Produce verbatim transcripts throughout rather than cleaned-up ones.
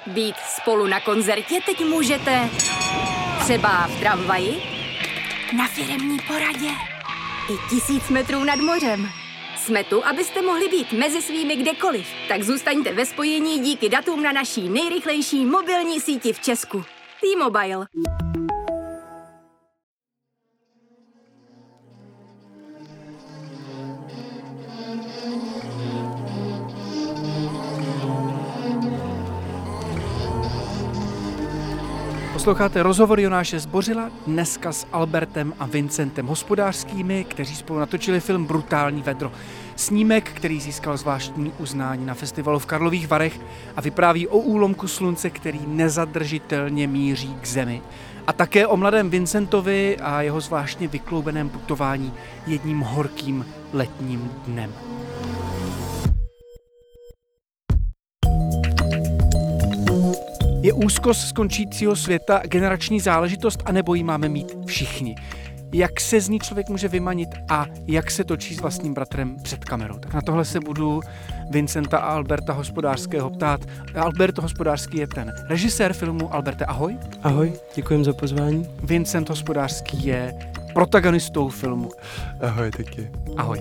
Být spolu na koncertě teď můžete třeba v tramvaji, na firemní poradě i tisíc metrů nad mořem. Jsme tu, abyste mohli být mezi svými kdekoliv. Tak zůstaňte ve spojení díky datům na naší nejrychlejší mobilní síti v Česku. T-Mobile. Posloucháte rozhovor Jonáše Zbořila, dneska s Albertem a Vincentem Hospodářskými, kteří spolu natočili film Brutální vedro. Snímek, který získal zvláštní uznání na festivalu v Karlových Varech a vypráví o úlomku slunce, který nezadržitelně míří k zemi. A také o mladém Vincentovi a jeho zvláštně vykloubeném putování jedním horkým letním dnem. Je úzkost skončícího světa generační záležitost, anebo ji máme mít všichni? Jak se z ní člověk může vymanit a jak se točí s vlastním bratrem před kamerou? Tak na tohle se budu Vincenta a Alberta Hospodářského ptát. Albert Hospodářský je ten režisér filmu. Alberte, ahoj. Ahoj, děkujem za pozvání. Vincent Hospodářský je protagonistou filmu. Ahoj, taky. Ahoj.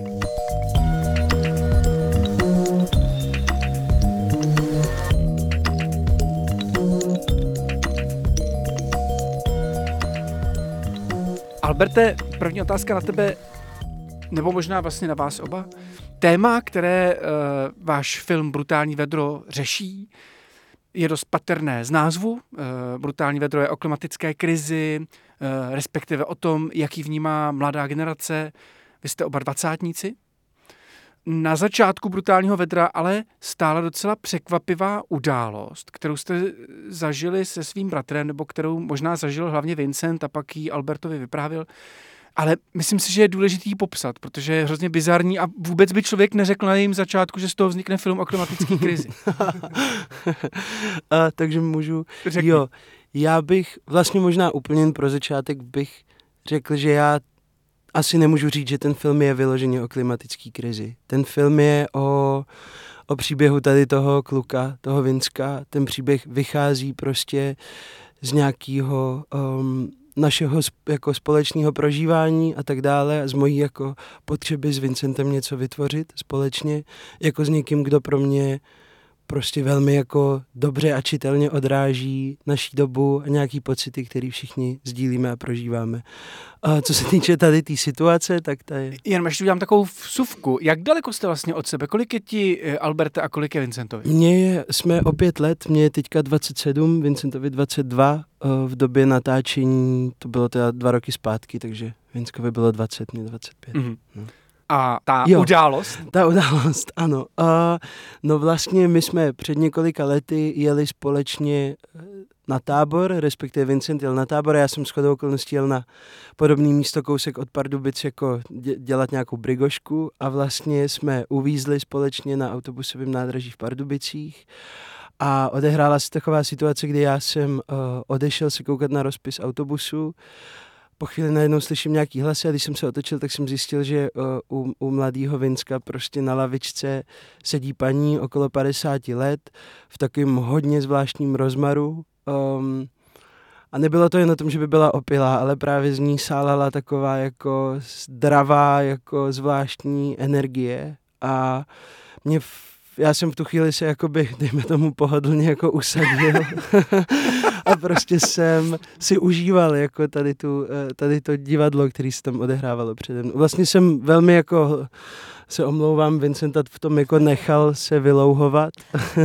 Alberte, první otázka na tebe, nebo možná vlastně na vás oba. Téma, které uh, váš film Brutální vedro řeší, je dost patrné z názvu. Uh, Brutální vedro je o klimatické krizi, uh, respektive o tom, jak ji vnímá mladá generace. Vy jste oba dvacátníci. Na začátku Brutálního vedra ale stála docela překvapivá událost, kterou jste zažili se svým bratrem, nebo kterou možná zažil hlavně Vincent a pak ji Albertovi vyprávěl. Ale myslím si, že je důležitý ji popsat, protože je hrozně bizarní a vůbec by člověk neřekl na jejím začátku, že z toho vznikne film o klimatické krizi. a, takže můžu... Řekni. Jo, já bych vlastně možná úplně jen pro začátek bych řekl, že já asi nemůžu říct, že ten film je vyloženě o klimatické krizi. Ten film je o, o příběhu tady toho kluka, toho Vinska. Ten příběh vychází prostě z nějakého um, našeho jako společného prožívání a tak dále, z mojí jako potřeby s Vincentem něco vytvořit společně, jako s někým, kdo pro mě prostě velmi jako dobře a čitelně odráží naší dobu a nějaký pocity, které všichni sdílíme a prožíváme. A co se týče tady té tý situace, tak ta je... Jen ještě udělám takovou vsuvku. Jak daleko jste vlastně od sebe? Kolik je ti Alberte a kolik je Vincentovi? Mně je, jsme o pět let, mně je teďka dvacet sedm, Vincentovi dvacet dva. V době natáčení, to bylo teda dva roky zpátky, takže Vinskovi bylo dvacet, mě dvacet pět. Mm-hmm. No. A ta jo, událost? Ta událost, ano. Uh, no vlastně my jsme před několika lety jeli společně na tábor, respektive Vincent jel na tábor a já jsem shodou okolností jel na podobný místo kousek od Pardubic jako dělat nějakou brigošku a vlastně jsme uvízli společně na autobusovém nádraží v Pardubicích a odehrála se taková situace, kdy já jsem uh, odešel se koukat na rozpis autobusu. Po chvíli najednou slyším nějaký hlasy a když jsem se otočil, tak jsem zjistil, že uh, u, u mladýho Vinska prostě na lavičce sedí paní okolo padesát let v takovém hodně zvláštním rozmaru. Um, a nebylo to jen o tom, že by byla opilá, ale právě z ní sálala taková jako zdravá, jako zvláštní energie a mě v já jsem v tu chvíli se jakoby, dejme tomu, pohodlně jako usadil a prostě jsem si užíval jako tady, tu, tady to divadlo, který se tam odehrávalo přede mnou. Vlastně jsem velmi jako, se omlouvám, Vincenta v tom jako nechal se vylouhovat.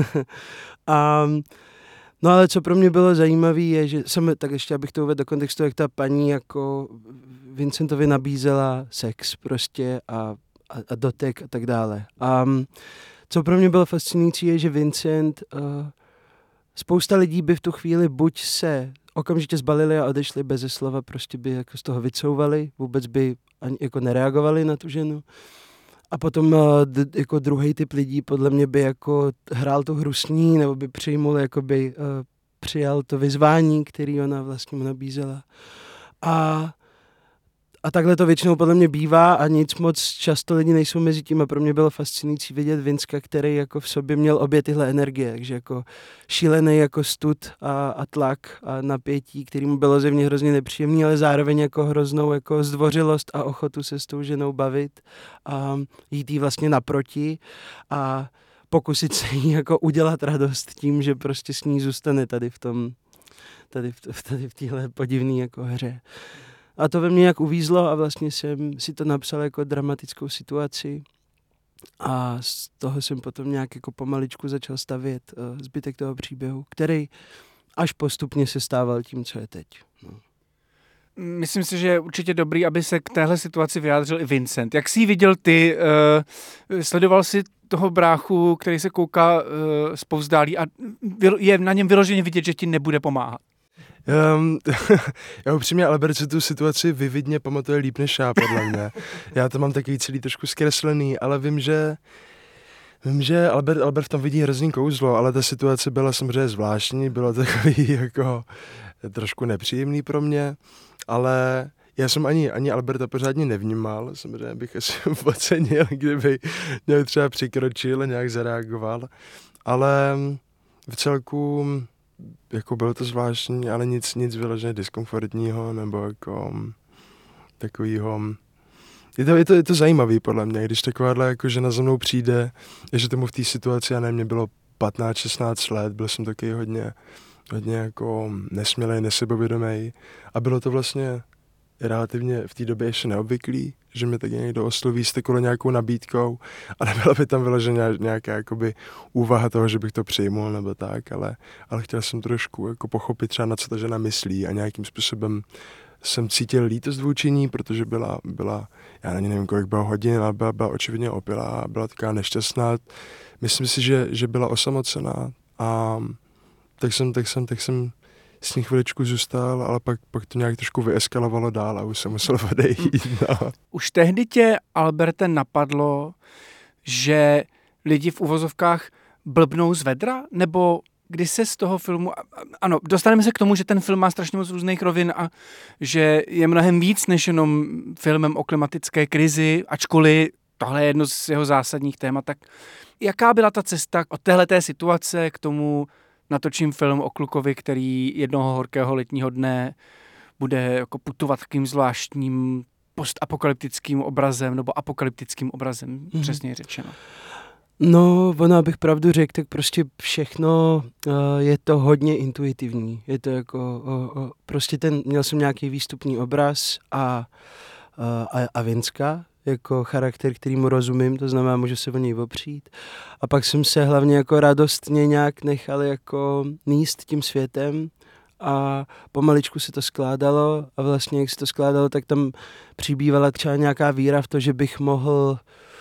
a no ale co pro mě bylo zajímavé je, že jsem, tak ještě abych to uvedl do kontextu, jak ta paní jako Vincentovi nabízela sex prostě a, a, a dotek a tak dále. A co pro mě bylo fascinující je, že Vincent, uh, spousta lidí by v tu chvíli buď se okamžitě zbalili a odešli beze slova, prostě by jako z toho vycouvali, vůbec by ani jako nereagovali na tu ženu. A potom uh, d- jako druhý typ lidí podle mě by jako hrál tu hru s ní, nebo by přijmul, jako by uh, přijal to vyzvání, který ona vlastně mu nabízela. A a takhle to většinou podle mě bývá a nic moc často lidi nejsou mezi tím a pro mě bylo fascinující vidět Vincka, který jako v sobě měl obě tyhle energie, takže jako šílený jako stud a, a tlak a napětí, který mu bylo zevně hrozně nepříjemný, ale zároveň jako hroznou jako zdvořilost a ochotu se s tou ženou bavit a jít jí vlastně naproti a pokusit se jí jako udělat radost tím, že prostě s ní zůstane tady v tom, tady v, tady v téhle podivné jako hře. A to ve mně jak uvízlo a vlastně jsem si to napsal jako dramatickou situaci a z toho jsem potom nějak jako pomaličku začal stavět uh, zbytek toho příběhu, který až postupně se stával tím, co je teď. No. Myslím si, že je určitě dobrý, aby se k téhle situaci vyjádřil i Vincent. Jak jsi ji viděl ty? Uh, sledoval jsi toho bráchu, který se kouká uh, zpovzdálí a je na něm vyloženě vidět, že ti nebude pomáhat? Um, já upřímně, Albert si tu situaci vyvidně pamatuje líp než já, podle mě. Já to mám takový celý trošku zkreslený, ale vím, že vím, že Albert, Albert tam vidí hrozný kouzlo, ale ta situace byla samozřejmě zvláštní, bylo takový jako trošku nepříjemný pro mě, ale já jsem ani, ani Alberta pořádně nevnímal, samozřejmě bych asi ocenil, kdyby nějak třeba přikročil a nějak zareagoval, ale v celku jako bylo to zvláštní, ale nic, nic vyloženě diskomfortního nebo jako takovýho. Je to, je, to, je to zajímavý podle mě, když takováhle jako žena za mnou přijde, je, že tomu v té situaci, já nevím, mě bylo patnáct šestnáct let, byl jsem taky hodně, hodně jako nesmělej, nesebovědomý a bylo to vlastně relativně v té době ještě neobvyklý, že mě tak někdo osloví s takovou nějakou nabídkou a nebyla by tam vyložená nějaká jakoby úvaha toho, že bych to přijmul nebo tak, ale, ale chtěl jsem trošku jako pochopit třeba, na co ta žena myslí a nějakým způsobem jsem cítil lítost vůči ní, protože byla, byla já na ní nevím, kolik bylo hodin, ale byla, byla očividně opilá a byla taková nešťastná. Myslím si, že, že byla osamocená a tak jsem, tak jsem, tak jsem s ní chviličku zůstal, ale pak, pak to nějak trošku vyeskalovalo dál a už jsem musel odejít. No. Už tehdy tě, Alberte, napadlo, že lidi v uvozovkách blbnou z vedra? Nebo kdy se z toho filmu... Ano, dostaneme se k tomu, že ten film má strašně moc různých rovin a že je mnohem víc než jenom filmem o klimatické krizi, ačkoliv tohle je jedno z jeho zásadních témat. Tak jaká byla ta cesta od téhleté situace k tomu natočím film o klukovi, který jednoho horkého letního dne bude jako putovat takým zvláštním postapokalyptickým obrazem nebo apokalyptickým obrazem, mm-hmm. přesně řečeno. No, ono, abych pravdu řekl, tak prostě všechno uh, je to hodně intuitivní. Je to jako, uh, uh, prostě ten, měl jsem nějaký výstupní obraz a, uh, a, a Vincka, jako charakter, kterýmu rozumím, to znamená, můžu se o něj opřít. A pak jsem se hlavně jako radostně nějak nechal jako níst tím světem a pomaličku se to skládalo a vlastně jak se to skládalo, tak tam přibývala třeba nějaká víra v to, že bych mohl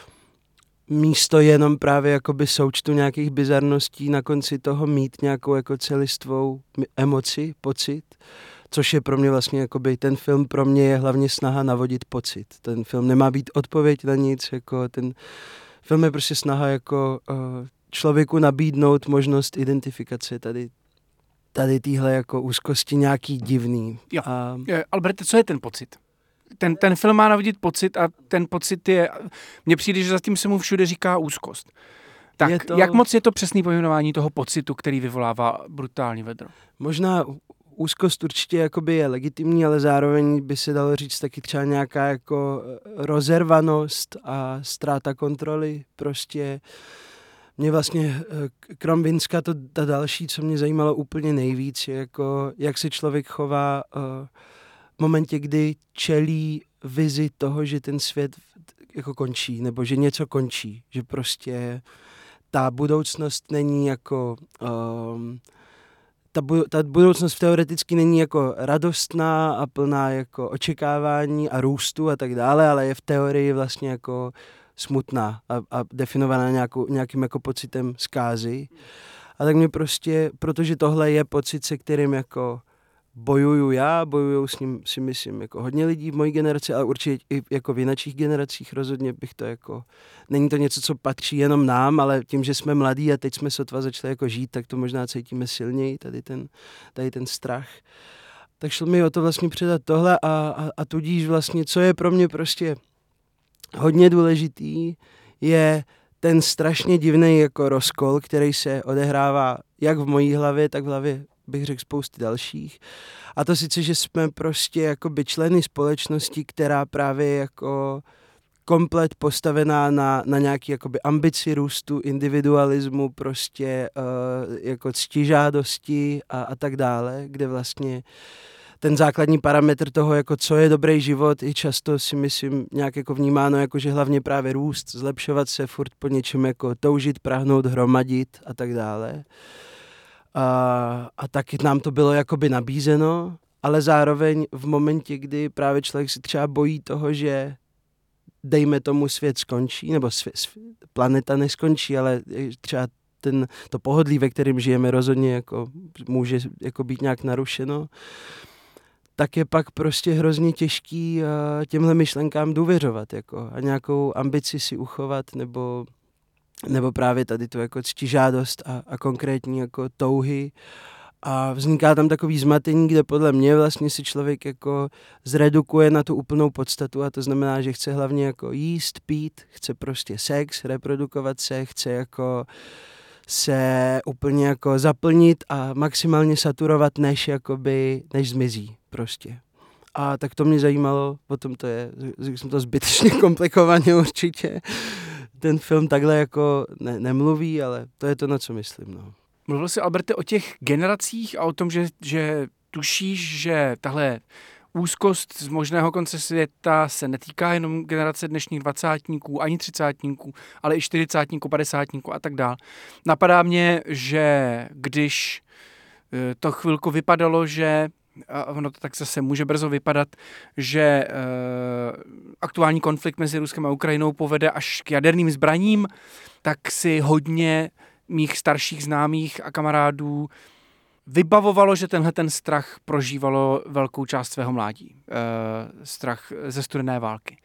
místo jenom právě jakoby součtu nějakých bizarností na konci toho mít nějakou jako celistvou emoci, pocit, což je pro mě vlastně jakoby, ten film pro mě je hlavně snaha navodit pocit. Ten film nemá být odpověď na nic, jako ten film je prostě snaha jako uh, člověku nabídnout možnost identifikace tady tady týhle jako úzkosti nějaký divný. Jo. A... Alberte, co je ten pocit? Ten, ten film má navodit pocit a ten pocit je, mně přijde, že zatím se mu všude říká úzkost. Tak to... jak moc je to přesný pojmenování toho pocitu, který vyvolává brutální vedro? Možná úzkost určitě jakoby je legitimní, ale zároveň by se dalo říct taky třeba nějaká jako rozervanost a ztráta kontroly. Prostě mě vlastně krom Vinska to ta další, co mě zajímalo úplně nejvíc, je jako jak se člověk chová uh, v momentě, kdy čelí vizi toho, že ten svět jako končí, nebo že něco končí, že prostě ta budoucnost není jako um, ta, bu, ta budoucnost teoreticky není jako radostná a plná jako očekávání a růstu a tak dále, ale je v teorii vlastně jako smutná a, a definovaná nějakou, nějakým jako pocitem zkázy. A tak mě prostě, protože tohle je pocit, se kterým jako bojuju já, bojuju s ním, si myslím, jako hodně lidí v mojí generaci, ale určitě i jako v jiných generacích rozhodně bych to jako, není to něco, co patří jenom nám, ale tím, že jsme mladí a teď jsme sotva začali jako žít, tak to možná cítíme silněji, tady ten, tady ten strach. tak šlo mi o to vlastně předat tohle a, a, a tudíž vlastně, co je pro mě prostě hodně důležitý, je ten strašně divný jako rozkol, který se odehrává jak v mojí hlavě, tak v hlavě, bych řekl, spousty dalších. A to sice, že jsme prostě jakoby členy společnosti, která právě jako komplet postavená na, na nějaký jakoby ambici růstu, individualismu, prostě uh, jako ctižádosti a, a tak dále, kde vlastně ten základní parametr toho, jako co je dobrý život, i často si myslím nějak jako vnímáno, jako že hlavně právě růst, zlepšovat se, furt po něčem jako toužit, prahnout, hromadit a tak dále. A, a taky nám to bylo jakoby nabízeno, ale zároveň v momentě, kdy právě člověk si třeba bojí toho, že dejme tomu svět skončí, nebo svět, svět, planeta neskončí, ale třeba ten, to pohodlí, ve kterém žijeme, rozhodně jako může jako být nějak narušeno, tak je pak prostě hrozně těžký uh, těmhle myšlenkám důvěřovat jako, a nějakou ambici si uchovat, nebo, nebo právě tady tu jako ctižádost a, a konkrétní jako touhy. A vzniká tam takový zmatení, kde podle mě vlastně si člověk jako zredukuje na tu úplnou podstatu, a to znamená, že chce hlavně jako jíst, pít, chce prostě sex, reprodukovat se, chce jako se úplně jako zaplnit a maximálně saturovat, než jakoby, než zmizí prostě. A tak to mě zajímalo, potom to je, řekl jsem to zbytečně komplikovaně určitě. Ten film takhle jako ne, nemluví, ale to je to, na co myslím, no. Mluvil jsi, Alberte, o těch generacích a o tom, že, že tušíš, že tahle úzkost z možného konce světa se netýká jenom generace dnešních dvacátníků, ani třicátníků, ale i čtyřicátníků, padesátníků a tak dál. Napadá mě, že když to chvilku vypadalo, že, a ono to tak zase může brzo vypadat, že uh, aktuální konflikt mezi Ruskem a Ukrajinou povede až k jaderným zbraním, tak si hodně mých starších známých a kamarádů vybavovalo, že tenhle ten strach prožívalo velkou část svého mládí. E, strach ze studené války.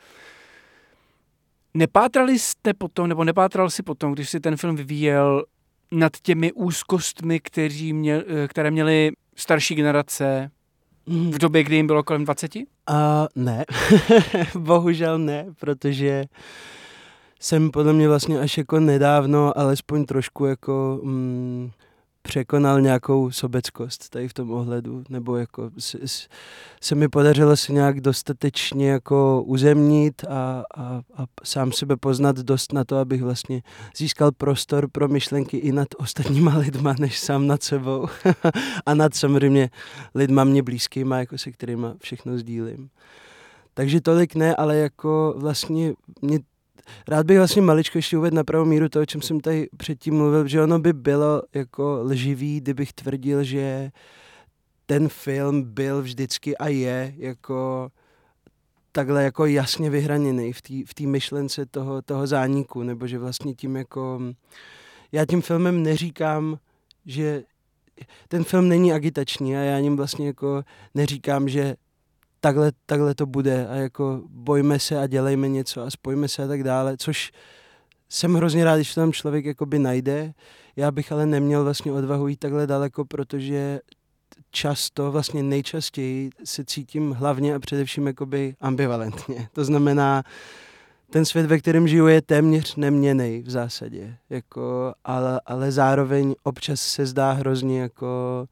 Nepátrali jste potom, nebo nepátral si potom, když si ten film vyvíjel, nad těmi úzkostmi, kteří měl, které měly starší generace v době, kdy jim bylo kolem dvaceti? Uh, ne, bohužel ne, protože jsem podle mě vlastně až jako nedávno, alespoň trošku jako mm, překonal nějakou sobeckost tady v tom ohledu, nebo jako se, se mi podařilo se nějak dostatečně jako uzemnit a, a, a sám sebe poznat dost na to, abych vlastně získal prostor pro myšlenky i nad ostatníma lidma, než sám nad sebou a nad samozřejmě lidma mě blízkýma, jako se kterýma všechno sdílím. Takže tolik ne, ale jako vlastně mě rád bych vlastně maličko ještě uvedl na pravou míru to, o čem jsem tady předtím mluvil, že ono by bylo jako lživý, kdybych tvrdil, že ten film byl vždycky a je jako takhle jako jasně vyhraněný v té v té myšlence toho, toho zániku, nebo že vlastně tím jako já tím filmem neříkám, že ten film není agitační a já ním vlastně jako neříkám, že Takhle, takhle to bude a jako bojme se a dělejme něco a spojme se a tak dále, což jsem hrozně rád, když to tam člověk jakoby najde. Já bych ale neměl vlastně odvahu jít takhle daleko, protože často, vlastně nejčastěji se cítím hlavně a především jakoby ambivalentně. To znamená, ten svět, ve kterém žiju, je téměř neměnnej v zásadě, jako, ale, ale zároveň občas se zdá hrozně jako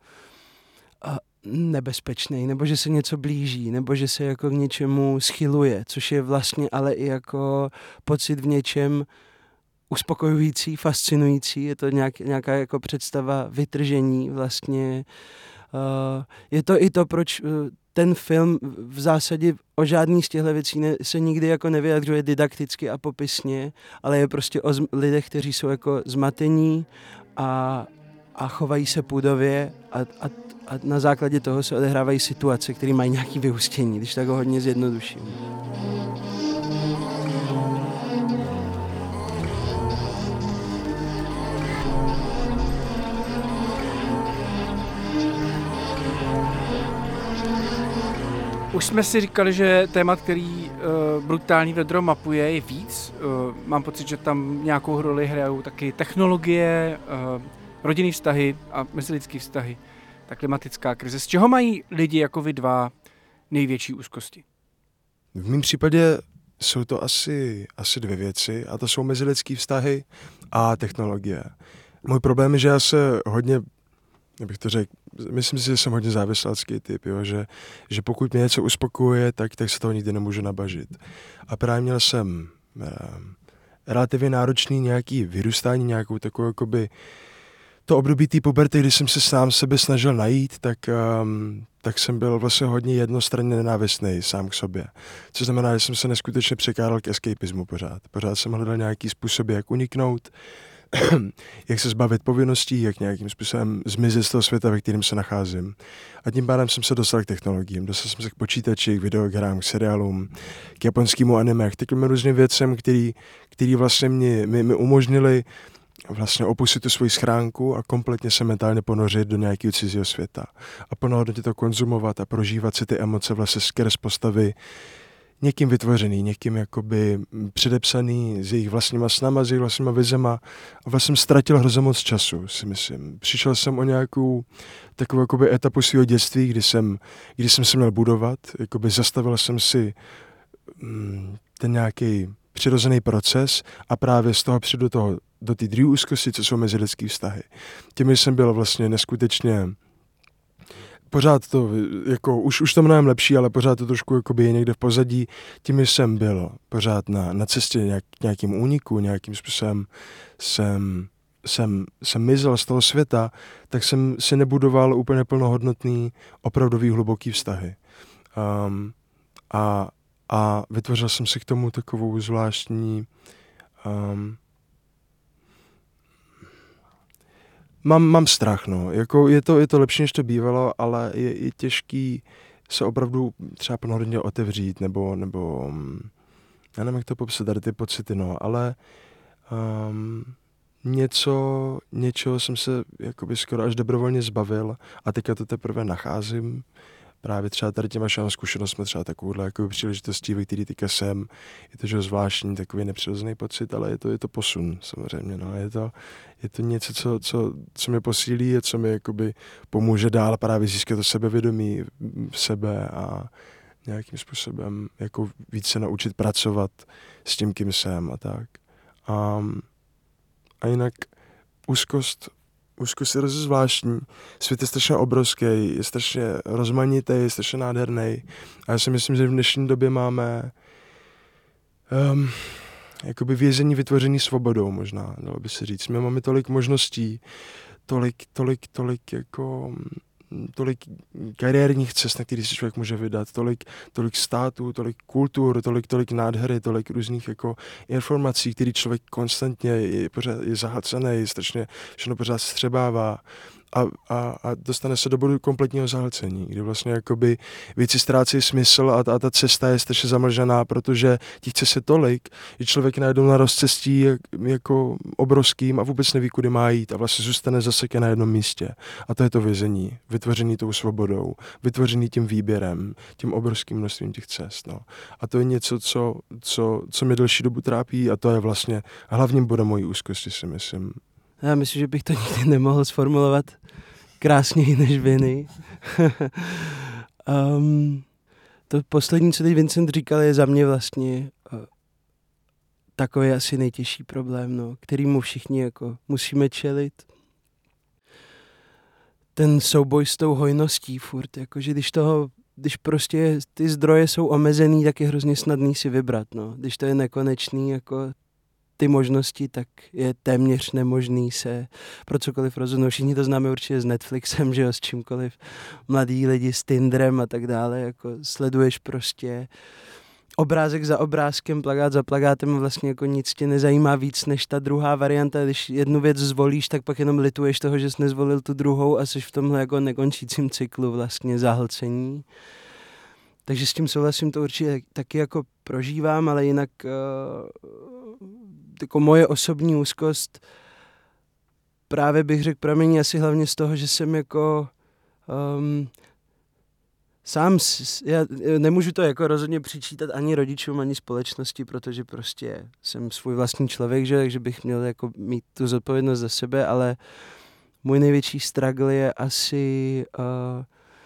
nebezpečný, nebo že se něco blíží, nebo že se jako k něčemu schyluje, což je vlastně ale i jako pocit v něčem uspokojující, fascinující, je to nějak, nějaká jako představa vytržení vlastně. Uh, je to i to, proč uh, ten film v zásadě o žádný z těchto věcí ne, se nikdy jako nevyjadřuje didakticky a popisně, ale je prostě o z, lidech, kteří jsou jako zmatení a, a chovají se půdově a, a A na základě toho se odehrávají situace, které mají nějaké vyústění, když tak ho hodně zjednoduším. Už jsme si říkali, že témat, který uh, brutální vedro mapuje, je víc. Uh, mám pocit, že tam nějakou roli hrajou taky technologie, uh, rodinný vztahy a mezilidský vztahy. ta klimatická krize. Z čeho mají lidi jako vy dva největší úzkosti? V mém případě jsou to asi, asi dvě věci a to jsou mezilidský vztahy a technologie. Můj problém je, že já se hodně, jak bych to řekl, myslím si, že jsem hodně závislácký typ, jo? Že, že pokud mě něco uspokojuje, tak, tak se toho nikdy nemůžu nabažit. A právě měl jsem eh, relativně náročný nějaký vyrůstání, nějakou takovou jakoby to období té puberty, kdy jsem se sám sebe snažil najít, tak, um, tak jsem byl vlastně hodně jednostranně nenávistný sám k sobě. Což znamená, že jsem se neskutečně překádal k escapismu pořád. Pořád jsem hledal nějaký způsoby, jak uniknout, jak se zbavit povinností, jak nějakým způsobem zmizet z toho světa, ve kterém se nacházím. A tím pádem jsem se dostal k technologiím. Dostal jsem se k počítači, k videohrám, k seriálům, k japonskému anime, k takovým různým věcem, který, který vlastně mi, mi, mi umožnili vlastně opustit tu svoji schránku a kompletně se mentálně ponořit do nějakého cizího světa. A plnohodnotně to konzumovat a prožívat si ty emoce vlastně skrz postavy někým vytvořený, někým jakoby předepsaný s jejich vlastníma snama, s jejich vlastníma vizema a vlastně ztratil hrozně moc času, si myslím. Přišel jsem o nějakou takovou jakoby etapu svého dětství, kdy jsem, kdy jsem se měl budovat, jakoby zastavil jsem si mm, ten nějaký přirozený proces a právě z toho přijdu do toho do té druhé úzkosti, co jsou mezilidský vztahy. Tím jsem byl vlastně neskutečně pořád to, jako, už, už to mnohem lepší, ale pořád to trošku jakoby je někde v pozadí. Tím jsem byl pořád na, na cestě nějak, nějakým úniku, nějakým způsobem jsem, jsem, jsem mizel z toho světa, tak jsem si nebudoval úplně plnohodnotný, opravdový hluboký vztahy. Um, a, a vytvořil jsem si k tomu takovou zvláštní um, Mám, mám strach, no. Jako je, to, je to lepší, než to bývalo, ale je, je těžký se opravdu třeba plnohodnotně otevřít, nebo, nebo já nevím, jak to popsat, tady ty pocity, no, ale um, něco, něčeho jsem se jakoby skoro až dobrovolně zbavil a teďka to teprve nacházím. Právě třeba tady těma všema zkušenostmi, třeba takovouhle jako příležitostí, ve který teďka jsem. Je to, že zvláštní, takový nepřirozený pocit, ale je to, je to posun samozřejmě. No. Je, to, je to něco, co, co, co mě posílí a co mi jakoby pomůže dál právě získat to sebevědomí v sebe a nějakým způsobem jako víc se naučit pracovat s tím, kým jsem a tak. A, a jinak úzkost Úzkost je hrozně zvláštní. Svět je strašně obrovský, je strašně rozmanitý, je strašně nádherný. A já si myslím, že v dnešní době máme um, jakoby vězení vytvořený svobodou možná, dalo by se říct. My máme tolik možností, tolik, tolik, tolik jako... tolik kariérních cest, na který se člověk může vydat, tolik, tolik států, tolik kultur, tolik, tolik nádhery, tolik různých jako informací, který člověk konstantně je, pořád, je zahlcený, strašně všechno pořád střebává a, a, a dostane se do bodu kompletního zahlcení, kdy vlastně jakoby věci ztrácí smysl a ta, a ta cesta je strašně zamlžená, protože ti chce se tolik, že člověk najednou na rozcestí jak, jako obrovským a vůbec neví, kudy má jít a vlastně zůstane zaseké na jednom místě. A to je to vězení, vytvořený tou svobodou, vytvořený tím výběrem, tím obrovským množstvím těch cest. No. A to je něco, co, co, co mě delší dobu trápí a to je vlastně hlavním bodem mojí úzkosti, si myslím. Já myslím, že bych to nikdy nemohl sformulovat krásněji než Vinny. um, to poslední, co teď Vincent říkal, je za mě vlastně uh, takový asi nejtěžší problém, no, kterýmu všichni jako musíme čelit. Ten souboj s tou hojností furt, jakože když toho, když prostě ty zdroje jsou omezený, tak je hrozně snadný si vybrat, no. Když to je nekonečný, jako ty možnosti, tak je téměř nemožný se pro cokoliv rozhodnout. Všichni to známe určitě s Netflixem, že jo, s čímkoliv. Mladí lidi s Tinderem a tak dále, jako sleduješ prostě obrázek za obrázkem, plakát za plakátem a vlastně jako nic tě nezajímá víc než ta druhá varianta. Když jednu věc zvolíš, tak pak jenom lituješ toho, že jsi nezvolil tu druhou a jsi v tomhle jako nekončícím cyklu vlastně zahlcení. Takže s tím souhlasím, to určitě taky jako prožívám, ale jinak uh, jako moje osobní úzkost právě bych řekl pramení asi hlavně z toho, že jsem jako um, sám, já nemůžu to jako rozhodně přičítat ani rodičům, ani společnosti, protože prostě jsem svůj vlastní člověk, že, takže bych měl jako mít tu zodpovědnost za sebe, ale můj největší struggle je asi uh,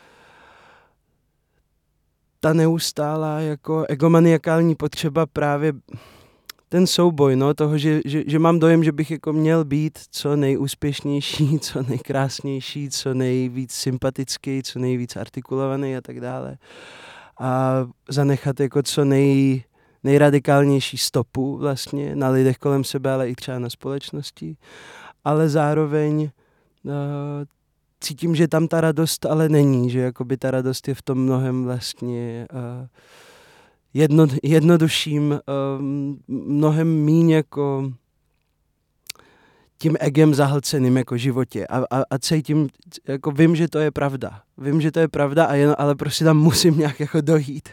ta neustálá jako egomaniakální potřeba právě ten souboj, no, toho, že, že, že mám dojem, že bych jako měl být co nejúspěšnější, co nejkrásnější, co nejvíc sympatický, co nejvíc artikulovaný a tak dále. A zanechat jako co nej, nejradikálnější stopu vlastně na lidech kolem sebe, ale i třeba na společnosti. Ale zároveň uh, cítím, že tam ta radost ale není, že jakoby ta radost je v tom mnohem vlastně uh, jedno, jednodušším, um, mnohem míň jako tím egem zahlceným jako životě a, a, a cítím, jako vím, že to je pravda. Vím, že to je pravda, a jen, ale prostě tam musím nějak jako dojít.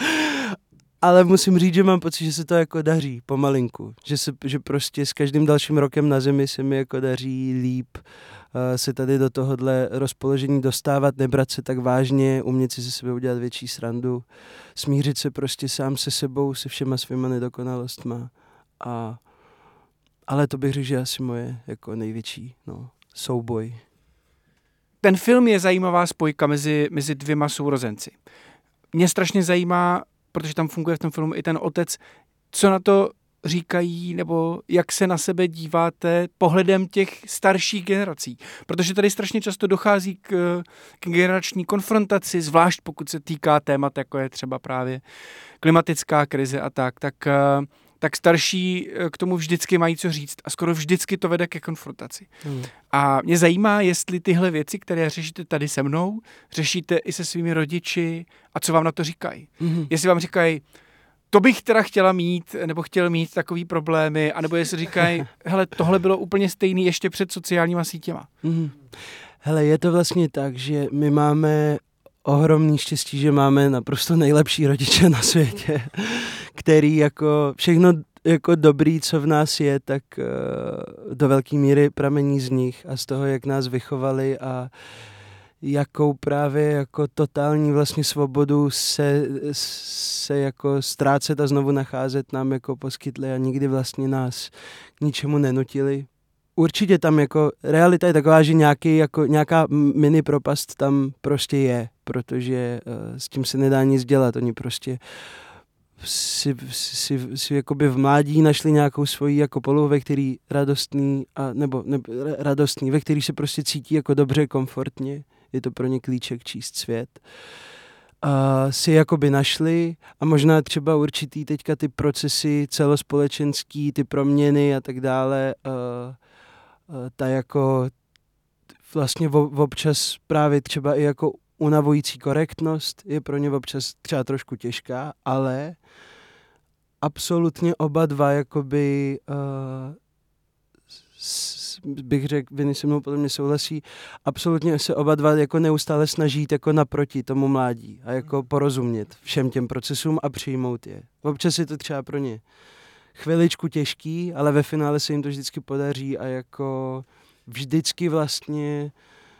Ale musím říct, že mám pocit, že se to jako daří pomalinku. Že, se, že prostě s každým dalším rokem na zemi se mi jako daří líp uh, se tady do tohohle rozpoložení dostávat, nebrat se tak vážně, umět si ze sebe udělat větší srandu, smířit se prostě sám se sebou, se všema svýma nedokonalostma. A, ale to bych řekl, že asi moje jako největší no, souboj. Ten film je zajímavá spojka mezi, mezi dvěma sourozenci. Mě strašně zajímá, protože tam funguje v tom filmu i ten otec, co na to říkají, nebo jak se na sebe díváte pohledem těch starších generací. Protože tady strašně často dochází k, k generační konfrontaci, zvlášť pokud se týká témat, jako je třeba právě klimatická krize a tak, tak, tak starší k tomu vždycky mají co říct a skoro vždycky to vede ke konfrontaci. Hmm. A mě zajímá, jestli tyhle věci, které řešíte tady se mnou, řešíte i se svými rodiči a co vám na to říkají. Hmm. Jestli vám říkají, to bych teda chtěla mít, nebo chtěl mít takový problémy, anebo jestli říkají, hele, tohle bylo úplně stejný ještě před sociálníma sítěma. Hmm. Hele, je to vlastně tak, že my máme ohromný štěstí, že máme naprosto nejlepší rodiče na světě, který jako všechno jako dobrý, co v nás je, tak uh, do velké míry pramení z nich a z toho, jak nás vychovali a jakou právě jako totální vlastně svobodu se, se jako ztrácet a znovu nacházet nám jako poskytli a nikdy vlastně nás k ničemu nenutili. Určitě tam jako realita je taková, že nějaký, jako, nějaká mini propast tam prostě je, protože uh, s tím se nedá nic dělat. Oni prostě si, si, si jakoby v mládí našli nějakou svoji jako polohu, ve který radostný, a, nebo, nebo radostný, ve který se prostě cítí jako dobře, komfortně. Je to pro ně klíček číst svět. Uh, si jakoby našli a možná třeba určitý teďka ty procesy celospolečenský, ty proměny a tak dále, uh, ta jako vlastně občas právě třeba i jako unavující korektnost je pro ně občas třeba trošku těžká, ale absolutně oba dva jakoby uh, s, bych řekl, Vinny se mnou podle mě souhlasí, absolutně se oba dva jako neustále snaží jako naproti tomu mládí a jako porozumět všem těm procesům a přijmout je. Občas je to třeba pro ně chviličku těžký, ale ve finále se jim to vždycky podaří a jako vždycky vlastně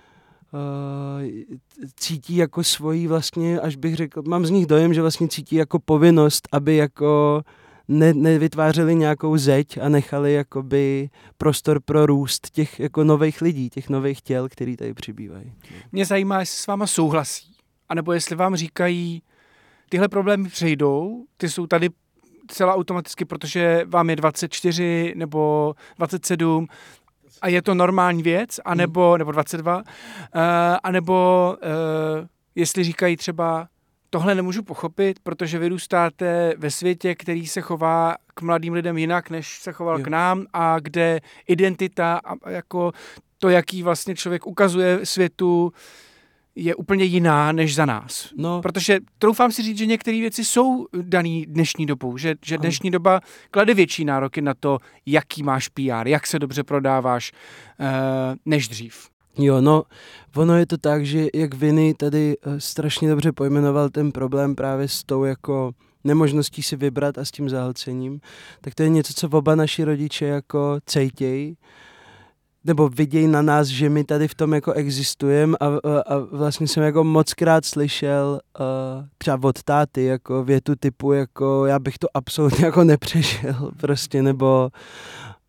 uh, cítí jako svoji vlastně, až bych řekl, mám z nich dojem, že vlastně cítí jako povinnost, aby jako ne, nevytvářeli nějakou zeď a nechali jakoby prostor pro růst těch jako nových lidí, těch nových těl, který tady přibývají. Mě zajímá, jestli s váma souhlasí, anebo jestli vám říkají, tyhle problémy přejdou, ty jsou tady celá automaticky, protože vám je dvacet čtyři nebo dvacet sedm a je to normální věc, anebo, nebo dvacet dva, uh, anebo uh, jestli říkají třeba, tohle nemůžu pochopit, protože vyrůstáte ve světě, který se chová k mladým lidem jinak, než se choval jo. k nám a kde identita a jako to, jaký vlastně člověk ukazuje světu, je úplně jiná než za nás. No. Protože troufám si říct, že některé věci jsou daný dnešní dobou, že, že dnešní doba klade větší nároky na to, jaký máš P R, jak se dobře prodáváš, uh, než dřív. Jo, no, ono je to tak, že jak Vinny tady uh, strašně dobře pojmenoval ten problém právě s tou jako nemožností si vybrat a s tím zahlcením, tak to je něco, co oba naši rodiče jako cejtějí, nebo vidějí na nás, že my tady v tom jako existujeme a, a, a vlastně jsem jako mockrát slyšel uh, třeba od táty jako větu typu jako já bych to absolutně jako nepřežil prostě, nebo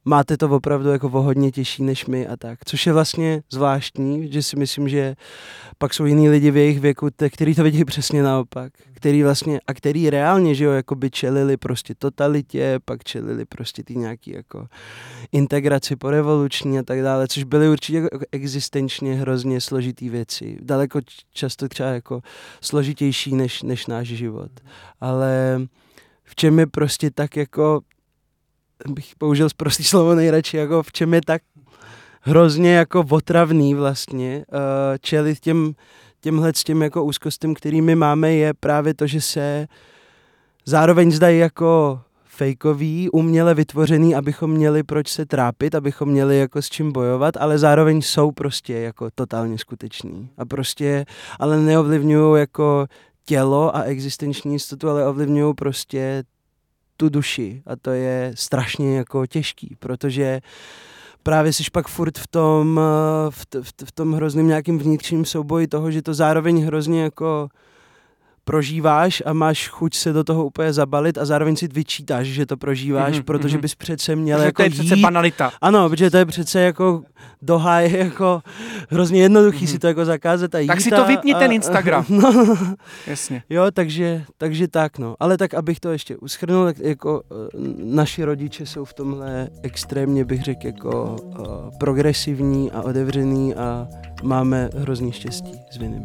máte to opravdu jako o hodně těžší než my a tak. Což je vlastně zvláštní, že si myslím, že pak jsou jiní lidi v jejich věku, te, který to vidí přesně naopak. Který vlastně, a který reálně, že jo, jakoby čelili prostě totalitě, pak čelili prostě ty nějaký jako integraci po revoluční a tak dále, což byly určitě jako existenčně hrozně složitý věci. Daleko často třeba jako složitější než, než náš život. Ale v čem je prostě tak jako, bych použil prostý slovo nejradši, jako v čem je tak hrozně jako otravný vlastně uh, čelit těm, těmhle s těm jako úzkostem, kterými máme, je právě to, že se zároveň zdají jako fejkový, uměle vytvořený, abychom měli proč se trápit, abychom měli jako s čím bojovat, ale zároveň jsou prostě jako totálně skuteční. A prostě, ale neovlivňují jako tělo a existenční jistotu, ale ovlivňují prostě tu duši. A to je strašně jako těžký, protože právě jsi pak furt v tom, v, t, v tom hrozným nějakým vnitřním souboji toho, že to zároveň hrozně jako prožíváš a máš chuť se do toho úplně zabalit a zároveň si vyčítáš, že to prožíváš, mm-hmm, protože bys přece měl protože jako to je jít. přece banalita. Ano, protože to je přece jako dohaj, jako hrozně jednoduchý mm-hmm. si to jako zakázat a jít. Tak si to vypni a, ten Instagram. No, jasně. Jo, takže, takže tak no. Ale tak, abych to ještě uschrnul, tak jako naši rodiče jsou v tomhle extrémně, bych řekl, jako uh, progresivní a otevřený a máme hrozný štěstí s Vinem.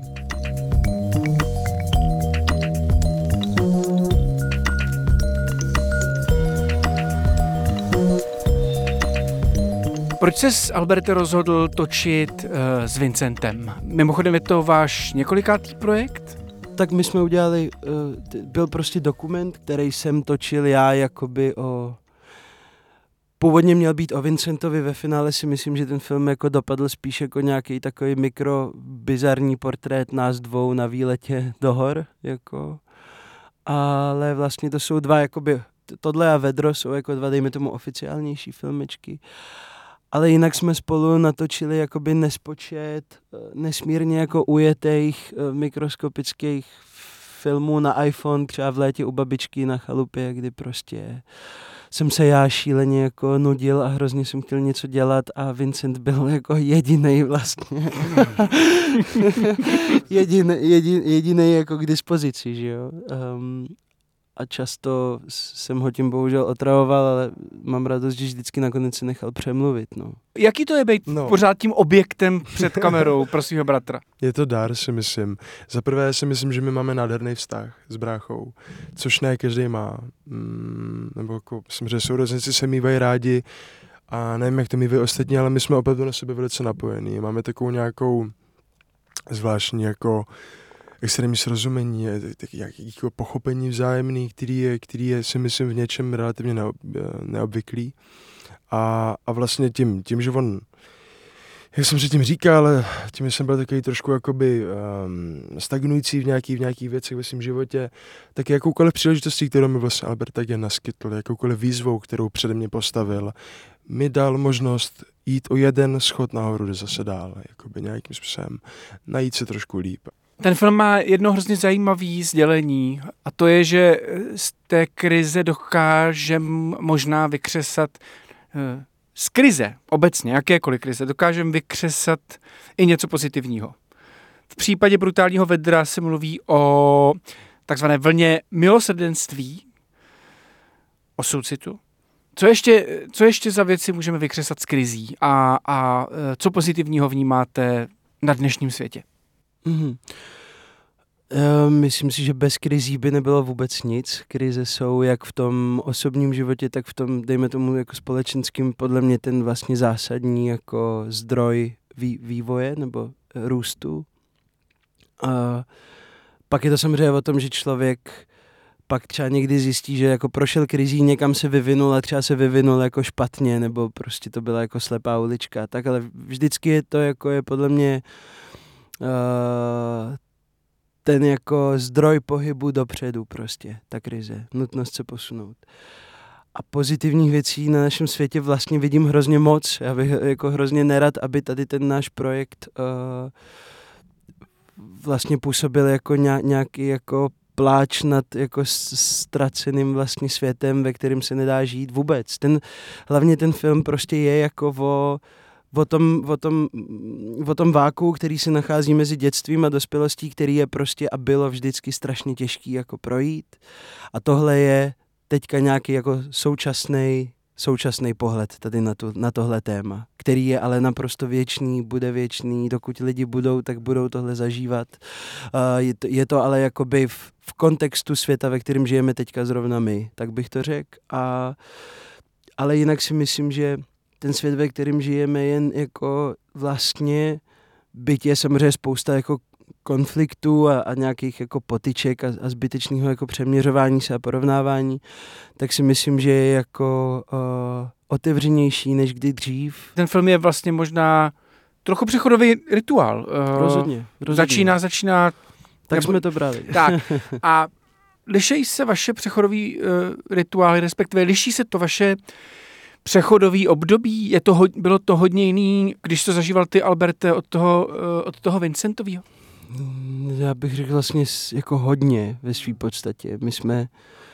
Proč ses, Alberte, rozhodl točit uh, s Vincentem? Mimochodem je to váš několikátý projekt? Tak my jsme udělali, uh, byl prostě dokument, který jsem točil já jakoby o... Původně měl být o Vincentovi, ve finále si myslím, že ten film jako dopadl spíš jako nějaký takový mikro bizarní portrét nás dvou na výletě do hor, jako. Ale vlastně to jsou dva, jakoby, tohle a Vedro jsou jako dva, dejme tomu, oficiálnější filmečky. Ale jinak jsme spolu natočili jakoby nespočet nesmírně jako ujetých mikroskopických filmů na iPhone, třeba v létě u babičky na chalupě, kdy prostě jsem se já šíleně jako nudil a hrozně jsem chtěl něco dělat a Vincent byl jako jedinej vlastně. Jedin, jedin, jedinej jako k dispozici, že jo. Um, a často jsem ho tím bohužel otravoval, ale mám radost, že vždycky nakonec se nechal přemluvit, no. Jaký to je být no. pořád tím objektem před kamerou pro svého bratra? Je to dar, si myslím. Za prvé si myslím, že my máme nádherný vztah s bráchou, což ne každý má. Mm, nebo jako, myslím, že sourozenci se mývají rádi a nevím, jak to mývají ostatní, ale my jsme opravdu na sebe velice napojení. Máme takovou nějakou zvláštní jako extrémní srozumení, jako pochopení vzájemný, který je, který je, si myslím, v něčem relativně neob, neobvyklý. A, a vlastně tím, tím, že on, jak jsem předtím říkal, ale tím, že jsem byl takový trošku jakoby um, stagnující v nějakých v nějakých věcech ve svém životě, tak jakoukoliv příležitostí, kterou mi vlastně Albert Tagě naskytl, jakoukoliv výzvou, kterou přede mě postavil, mi dal možnost jít o jeden schod nahoru, zase dál, jakoby nějakým způsobem najít se trošku líp. Ten film má jedno hrozně zajímavé sdělení a to je, že z té krize dokážeme možná vykřesat, z krize obecně, jakékoliv krize, dokážeme vykřesat i něco pozitivního. V případě Brutálního vedra se mluví o takzvané vlně milosrdenství, o soucitu. Co ještě, co ještě za věci můžeme vykřesat z krizí a, a co pozitivního vnímáte na dnešním světě? Mm-hmm. Myslím si, že bez krizí by nebylo vůbec nic. Krize jsou jak v tom osobním životě, tak v tom, dejme tomu, jako společenským, podle mě ten vlastně zásadní jako zdroj vý, vývoje nebo růstu. A pak je to samozřejmě o tom, že člověk pak třeba někdy zjistí, že jako prošel krizí, někam se vyvinul a třeba se vyvinul jako špatně, nebo prostě to byla jako slepá ulička. Tak, ale vždycky je to jako je podle mě Uh, ten jako zdroj pohybu dopředu prostě, ta krize, nutnost se posunout. A pozitivních věcí na našem světě vlastně vidím hrozně moc. Já bych jako hrozně nerad, aby tady ten náš projekt uh, vlastně působil jako nějaký jako pláč nad jako ztraceným vlastně světem, ve kterém se nedá žít vůbec. Ten, hlavně ten film prostě je jako o, o, tom, o, tom, o tom váku, který se nachází mezi dětstvím a dospělostí, který je prostě a bylo vždycky strašně těžký jako projít. A tohle je teďka nějaký jako současný současný pohled tady na, tu, na tohle téma, který je ale naprosto věčný, bude věčný, dokud lidi budou, tak budou tohle zažívat. Uh, je, to, je to ale jakoby v, v kontextu světa, ve kterém žijeme teďka zrovna my, tak bych to řekl. A, ale jinak si myslím, že ten svět, ve kterém žijeme, jen jako vlastně, byť je samozřejmě spousta jako konfliktů a, a nějakých jako potyček a, a zbytečného jako přeměřování se a porovnávání, tak si myslím, že je jako uh, otevřenější než kdy dřív. Ten film je vlastně možná trochu přechodový rituál. Uh, rozhodně, rozhodně. Začíná, začíná... Tak nebo, jsme to brali. Tak. A liší se vaše přechodový uh, rituály, respektive liší se to vaše přechodový období? Je to, ho, bylo to hodně jiný, když to zažíval ty, Alberte, od toho, uh, od toho Vincentovýho? Já bych řekl vlastně jako hodně ve své podstatě. My jsme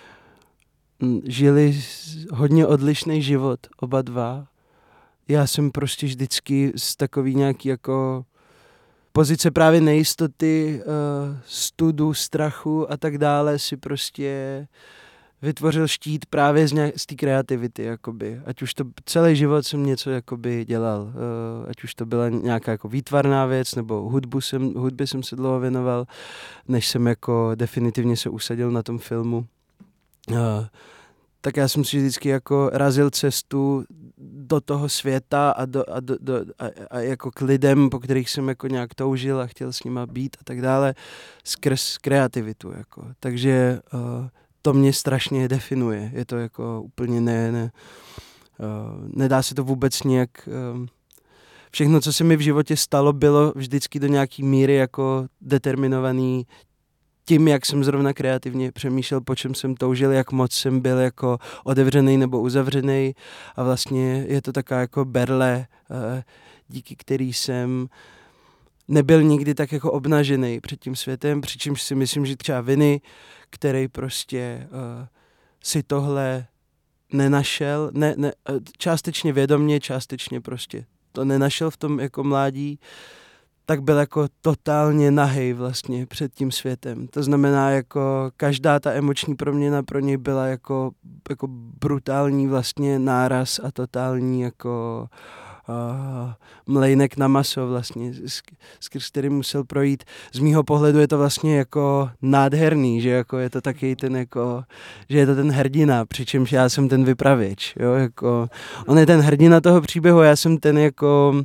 žili hodně odlišný život, oba dva. Já jsem prostě vždycky z takový nějaký jako pozice právě nejistoty, studu, strachu a tak dále si prostě vytvořil štít právě z, nějak, z té kreativity, jakoby. Ať už to celý život jsem něco jakoby dělal. Uh, ať už to byla nějaká jako výtvarná věc, nebo hudbu jsem, hudby jsem se dlouho věnoval, než jsem jako definitivně se usadil na tom filmu. Uh, tak já jsem si vždycky jako razil cestu do toho světa a, do, a, do, do, a, a jako k lidem, po kterých jsem jako nějak toužil a chtěl s nima být a tak dále, skrz kreativitu. Jako. Takže uh, to mě strašně definuje. Je to jako úplně ne, ne uh, nedá se to vůbec nějak... Uh, všechno, co se mi v životě stalo, bylo vždycky do nějaký míry jako determinovaný tím, jak jsem zrovna kreativně přemýšlel, po čem jsem toužil, jak moc jsem byl jako otevřený nebo uzavřený a vlastně je to taková jako berle, uh, díky který jsem nebyl nikdy tak jako obnažený před tím světem, přičemž si myslím, že třeba Viny, který prostě uh, si tohle nenašel, ne, ne, částečně vědomně, částečně prostě to nenašel v tom jako mládí, tak byl jako totálně nahej vlastně před tím světem. To znamená, jako každá ta emoční proměna pro něj byla jako, jako brutální vlastně náraz a totální jako uh, mlejnek na maso vlastně, skrz který musel projít. Z mýho pohledu je to vlastně jako nádherný, že jako je to taky ten jako, že je to ten hrdina, přičemž já jsem ten vypravěč, jo, jako on je ten hrdina toho příběhu, já jsem ten jako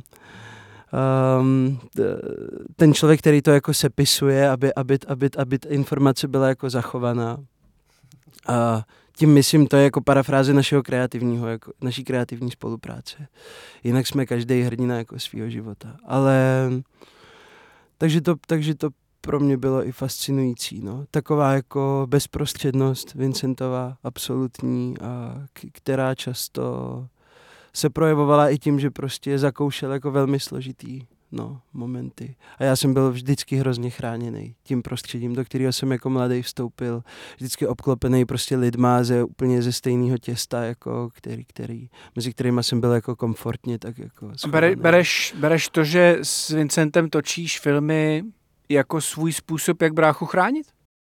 Um, ten člověk, který to jako sepisuje, aby, aby, aby, aby ta informace byla jako zachovaná. A tím myslím, to je jako parafráze našeho kreativního, jako naší kreativní spolupráce. Jinak jsme každý hrdina jako svýho života. Ale takže to, takže to pro mě bylo i fascinující. No. Taková jako bezprostřednost Vincentová, absolutní, a k- která často se projevovala i tím, že prostě zakoušel jako velmi složitý no, momenty. A já jsem byl vždycky hrozně chráněný tím prostředím, do kterého jsem jako mladý vstoupil. Vždycky obklopený prostě lidma ze úplně ze stejného těsta, jako který, který, mezi kterýma jsem byl jako komfortně. Tak jako Bere, bereš, bereš to, že s Vincentem točíš filmy jako svůj způsob, jak bráchu chránit?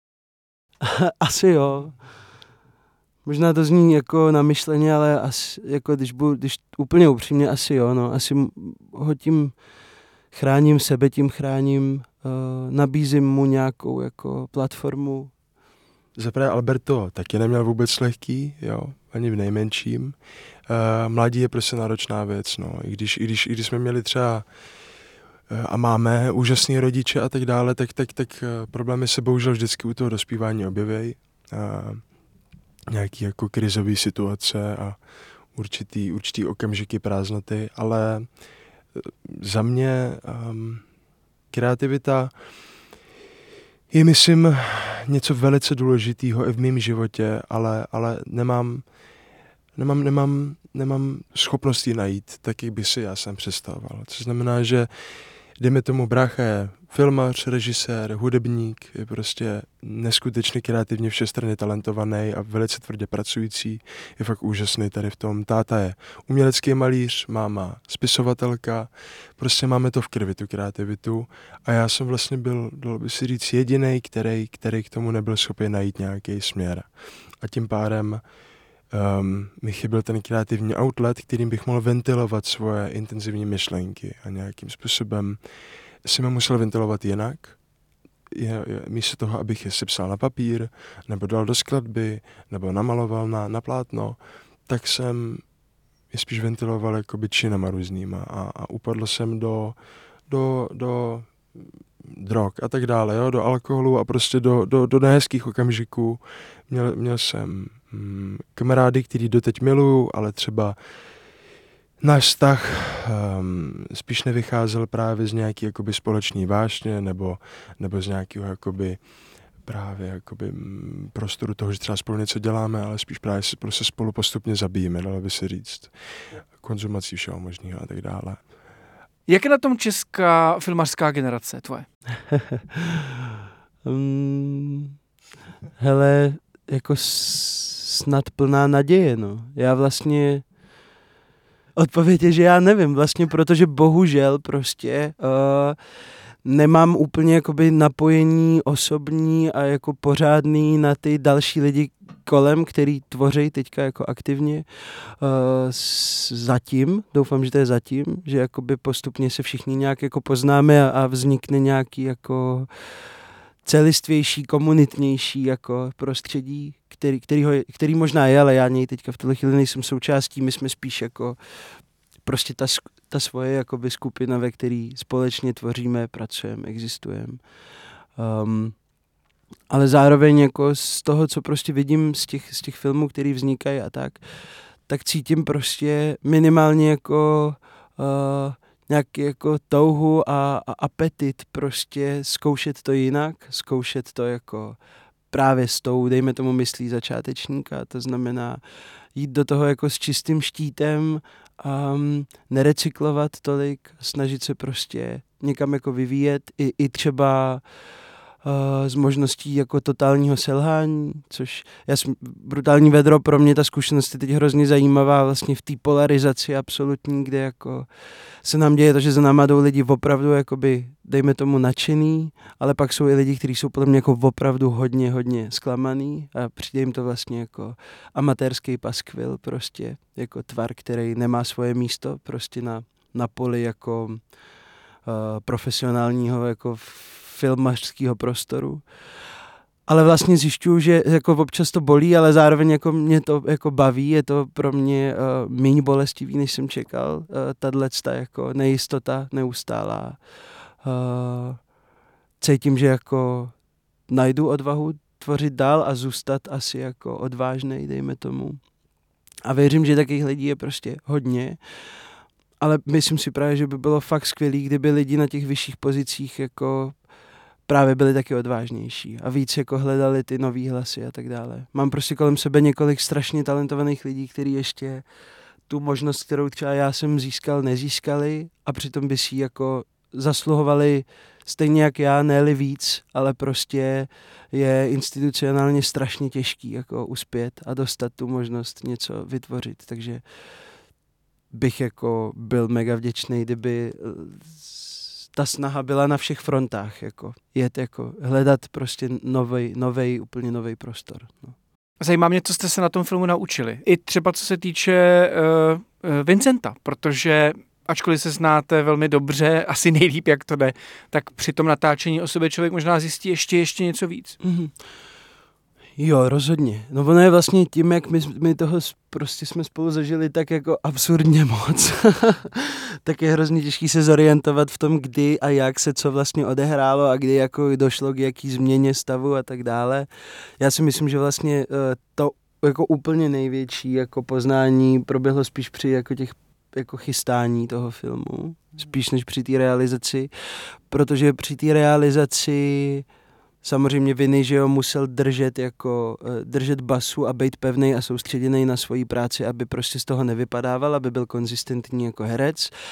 Asi jo. Možná to zní jako namyšleně, ale asi, jako když, budu, když úplně upřímně, asi jo, no. Asi ho tím chráním, sebe tím chráním, uh, nabízím mu nějakou jako platformu. Zaprvé Alberto taky neměl vůbec lehký, jo, ani v nejmenším. Uh, mladí je prostě náročná věc, no. I když, i když, i když jsme měli třeba uh, a máme úžasný rodiče a tak dále, tak, tak, tak uh, problémy se bohužel vždycky u toho dospívání objeví. Uh, nějaký jako krizové situace a určitý, určitý okamžiky prázdnoty, ale za mě um, kreativita je, myslím, něco velice důležitého i v mém životě, ale, ale nemám, nemám, nemám, nemám schopnost ji najít, tak jak by si já jsem představoval. Což znamená, že dejme tomu, brácha je filmař, režisér, hudebník, je prostě neskutečně kreativně všestranně talentovaný a velice tvrdě pracující, je fakt úžasný tady v tom. Táta je umělecký malíř, máma spisovatelka, prostě máme to v krvi, tu kreativitu a já jsem vlastně byl, dalo by si říct, jedinej, který, který k tomu nebyl schopen najít nějaký směr. A tím pádem um, mi chyběl ten kreativní outlet, kterým bych mohl ventilovat svoje intenzivní myšlenky a nějakým způsobem jsem je musel ventilovat jinak, je, je, místo toho, abych je sepsal na papír, nebo dal do skladby, nebo namaloval na, na plátno, tak jsem je spíš ventiloval jakoby činama různýma a, a upadl jsem do, do, do drog a tak dále, jo, do alkoholu a prostě do, do, do nehezkých okamžiků. Měl, měl jsem hm, kamarády, který doteď miluju, ale třeba náš vztah um, spíš nevycházel právě z nějaký jakoby společný vášně nebo, nebo z nějakého jakoby právě jakoby prostoru toho, že třeba spolu něco děláme, ale spíš právě se prostě spolu postupně zabijeme, dalo by se říct. Konzumací všeho možného a tak dále. Jak je na tom česká filmařská generace tvoje? um, hele, jako snad plná naděje, no. Já vlastně odpověď je, že já nevím, vlastně protože bohužel prostě uh, nemám úplně jakoby napojení osobní a jako pořádný na ty další lidi kolem, který tvoří teďka jako aktivně uh, zatím, doufám, že to je zatím, že jakoby postupně se všichni nějak jako poznáme a, a vznikne nějaký jako celistvější, komunitnější jako prostředí, který, který, ho, který možná je, ale já něj teďka v tuhle chvíli nejsem součástí, my jsme spíš jako prostě ta, ta svoje jakoby skupina, ve který společně tvoříme, pracujeme, existujeme. Um, ale zároveň jako z toho, co prostě vidím z těch, z těch filmů, který vznikají a tak, tak cítím prostě minimálně jako uh, nějaký jako touhu a, a apetit prostě zkoušet to jinak, zkoušet to jako právě s tou, dejme tomu, myslí začátečníka, to znamená jít do toho jako s čistým štítem, um, nerecyklovat tolik, snažit se prostě někam jako vyvíjet, i, i třeba uh, s možností jako totálního selhání, což já jsem, brutální vedro, pro mě ta zkušenost je teď hrozně zajímavá vlastně v té polarizaci absolutní, kde jako se nám děje to, že za náma jdou lidi opravdu jakoby, dejme tomu, nadšený, ale pak jsou i lidi, kteří jsou podle mě jako opravdu hodně, hodně zklamaný a přijde jim to vlastně jako amatérský paskvil prostě, jako tvar, který nemá svoje místo prostě na, na poli jako uh, profesionálního jako filmařského prostoru. Ale vlastně zjišťuju, že jako občas to bolí, ale zároveň jako mě to jako baví, je to pro mě uh, méně bolestivý, než jsem čekal. Uh, tato jako nejistota neustálá. Uh, cítím, že jako najdu odvahu tvořit dál a zůstat asi jako odvážnej, dejme tomu. A věřím, že takových lidí je prostě hodně. Ale myslím si právě, že by bylo fakt skvělý, kdyby lidi na těch vyšších pozicích jako právě byli taky odvážnější a víc jako hledali ty nový hlasy a tak dále. Mám prostě kolem sebe několik strašně talentovaných lidí, kteří ještě tu možnost, kterou třeba já jsem získal, nezískali a přitom by si jako zasluhovali stejně jak já, ne-li víc, ale prostě je institucionálně strašně těžký jako uspět a dostat tu možnost něco vytvořit, takže bych jako byl mega vděčný, kdyby ta snaha byla na všech frontách, jako jet, jako hledat prostě novej, novej, úplně novej prostor. No. Zajímá mě, co jste se na tom filmu naučili. I třeba co se týče uh, Vincenta, protože ačkoliv se znáte velmi dobře, asi nejlíp, jak to jde, tak při tom natáčení o sobě člověk možná zjistí ještě, ještě něco víc. Mm-hmm. Jo, rozhodně. No ono je vlastně tím, jak my, my toho prostě jsme spolu zažili tak jako absurdně moc, tak je hrozně těžký se zorientovat v tom, kdy a jak se co vlastně odehrálo a kdy jako došlo k jaký změně stavu a tak dále. Já si myslím, že vlastně to jako úplně největší jako poznání proběhlo spíš při jako těch jako chystání toho filmu, spíš než při té realizaci, protože při té realizaci samozřejmě Vinny, že jo, musel držet jako, držet basu a být pevnej a soustředěnej na svoji práci, aby prostě z toho nevypadával, aby byl konzistentní jako herec.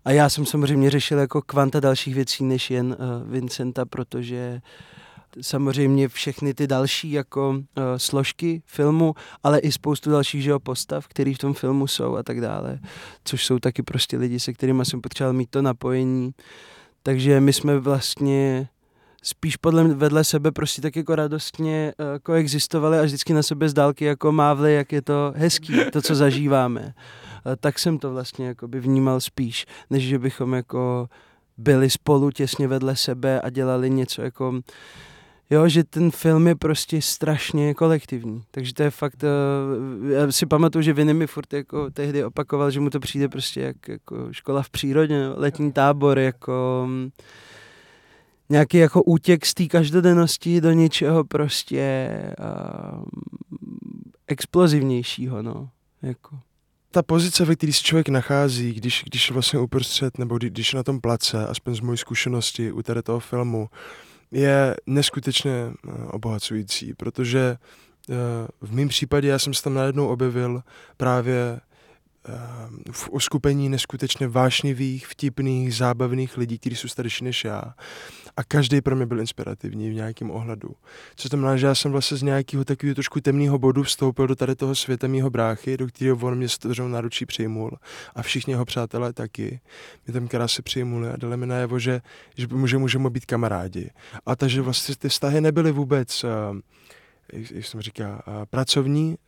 A já jsem samozřejmě řešil jako kvanta dalších věcí než jen uh, Vincenta, protože samozřejmě všechny ty další jako uh, složky filmu, ale i spoustu dalších, že jo, postav, který v tom filmu jsou a tak dále, což jsou taky prostě lidi, se kterými jsem potřeboval mít to napojení. Takže my jsme vlastně spíš podle vedle sebe prostě tak jako radostně uh, koexistovali a vždycky na sebe z dálky jako mávli, jak je to hezký, to, co zažíváme. Uh, tak jsem to vlastně jakoby vnímal spíš, než že bychom jako byli spolu těsně vedle sebe a dělali něco jako... Jo, že ten film je prostě strašně kolektivní, takže to je fakt, uh, já si pamatuju, že Vinny mi furt jako tehdy opakoval, že mu to přijde prostě jak jako škola v přírodě, no, letní tábor, jako um, nějaký jako útěk z té každodennosti do něčeho prostě uh, explozivnějšího, no, jako. Ta pozice, ve které se člověk nachází, když, když vlastně uprostřed, nebo když na tom place, aspoň z mojí zkušenosti u tady toho filmu, je neskutečně obohacující, protože v mém případě já jsem se tam najednou objevil právě v uskupení neskutečně vášnivých, vtipných, zábavných lidí, kteří jsou starší než já. A každý pro mě byl inspirativní v nějakém ohledu. Co znamená, že já jsem vlastně z nějakého takového trošku temného bodu vstoupil do tady toho světa mýho bráchy, do kterého on mě s otevřenou náručí přijmul. A všichni jeho přátelé taky. Mě tam krásně přijmuli a dali mi najevo, že, že může, můžeme být kamarádi. A takže vlastně ty vztahy nebyly vůbec... jak jsem říká, pracovní,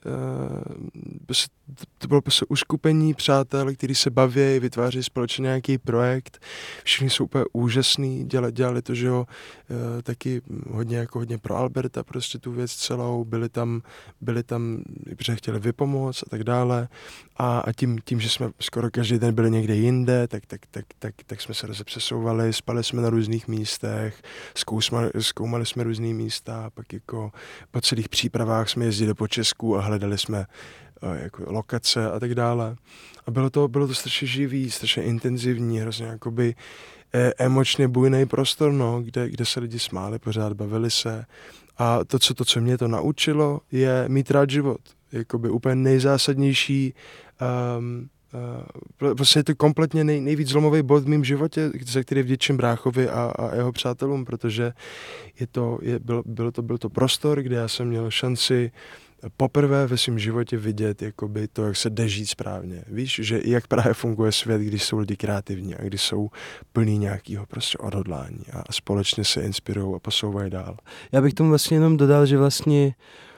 to bylo prostě uskupení přátel, kteří se baví, vytváří společně nějaký projekt, všichni jsou úplně úžasný, dělali, dělali to, že jo, taky hodně, jako hodně pro Alberta, prostě tu věc celou, byli tam, byli tam, protože chtěli vypomoct a tak dále a, a tím, tím, že jsme skoro každý den byli někde jinde, tak, tak, tak, tak, tak jsme se rozepřesouvali, spali jsme na různých místech, zkoumali, zkoumali jsme různý místa, pak jako po celých přípravách jsme jezdili po Česku a hledali jsme jako lokace a tak dále. A bylo to, bylo to strašně živý, strašně intenzivní, hrozně jakoby e, emočně bujný prostor, no, kde, kde se lidi smáli, pořád bavili se. A to, co, to, co mě to naučilo, je mít rád život. Jakoby úplně nejzásadnější um, Uh, vlastně je to kompletně nej, nejvíc zlomový bod v mém životě, za který vděčím bráchovi a, a jeho přátelům, protože je to, je, byl, byl, to, byl to prostor, kde já jsem měl šanci poprvé ve svém životě vidět jakoby to, jak se jde žít správně. Víš, že jak právě funguje svět, když jsou lidi kreativní a když jsou plní nějakého prostě odhodlání a společně se inspirují a posouvají dál. Já bych tomu vlastně jenom dodal, že vlastně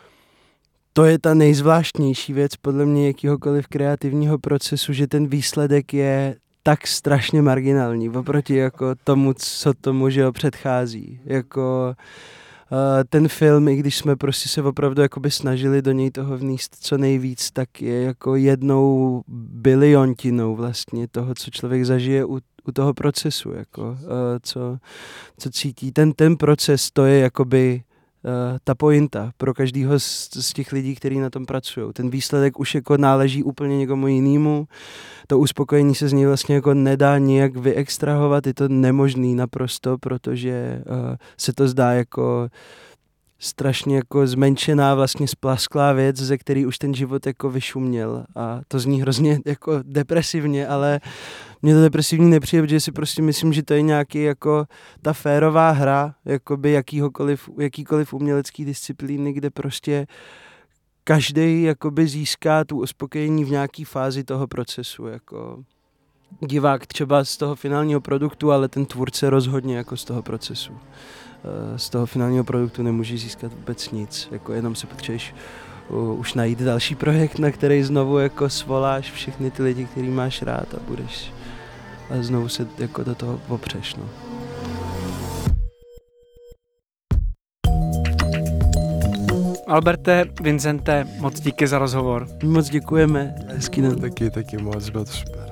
to je ta nejzvláštnější věc podle mě jakýhokoliv kreativního procesu, že ten výsledek je tak strašně marginální oproti jako tomu, co tomu, že ho předchází. Jako uh, ten film, i když jsme prostě se opravdu jakoby snažili do něj toho vníst co nejvíc, tak je jako jednou biliontinou vlastně toho, co člověk zažije u, u toho procesu, jako, uh, co, co cítí. Ten, ten proces, to je jakoby Uh, ta pointa pro každého z, z těch lidí, kteří na tom pracují. Ten výsledek už jako náleží úplně někomu jinému. To uspokojení se z něj vlastně jako nedá nijak vyextrahovat. Je to nemožný naprosto, protože uh, se to zdá jako strašně jako zmenšená, vlastně splasklá věc, ze který už ten život jako vyšuměl. A to zní hrozně jako depresivně, ale mě to depresivní nepřijde, protože si prostě myslím, že to je nějaký jako ta férová hra, jakoby jakýhokoliv, jakýkoliv umělecký disciplíny, kde prostě každý jakoby získá tu uspokojení v nějaký fázi toho procesu, jako divák třeba z toho finálního produktu, ale ten tvůrce rozhodně jako z toho procesu. Z toho finálního produktu nemůžeš získat vůbec nic, jako jenom se potřebuješ uh, už najít další projekt, na který znovu jako svoláš všechny ty lidi, který máš rád a budeš a znovu se jako do toho opřeš, no. Alberte, Vincente, moc díky za rozhovor. Moc děkujeme, hezký den. Taky, taky moc, bylo to super.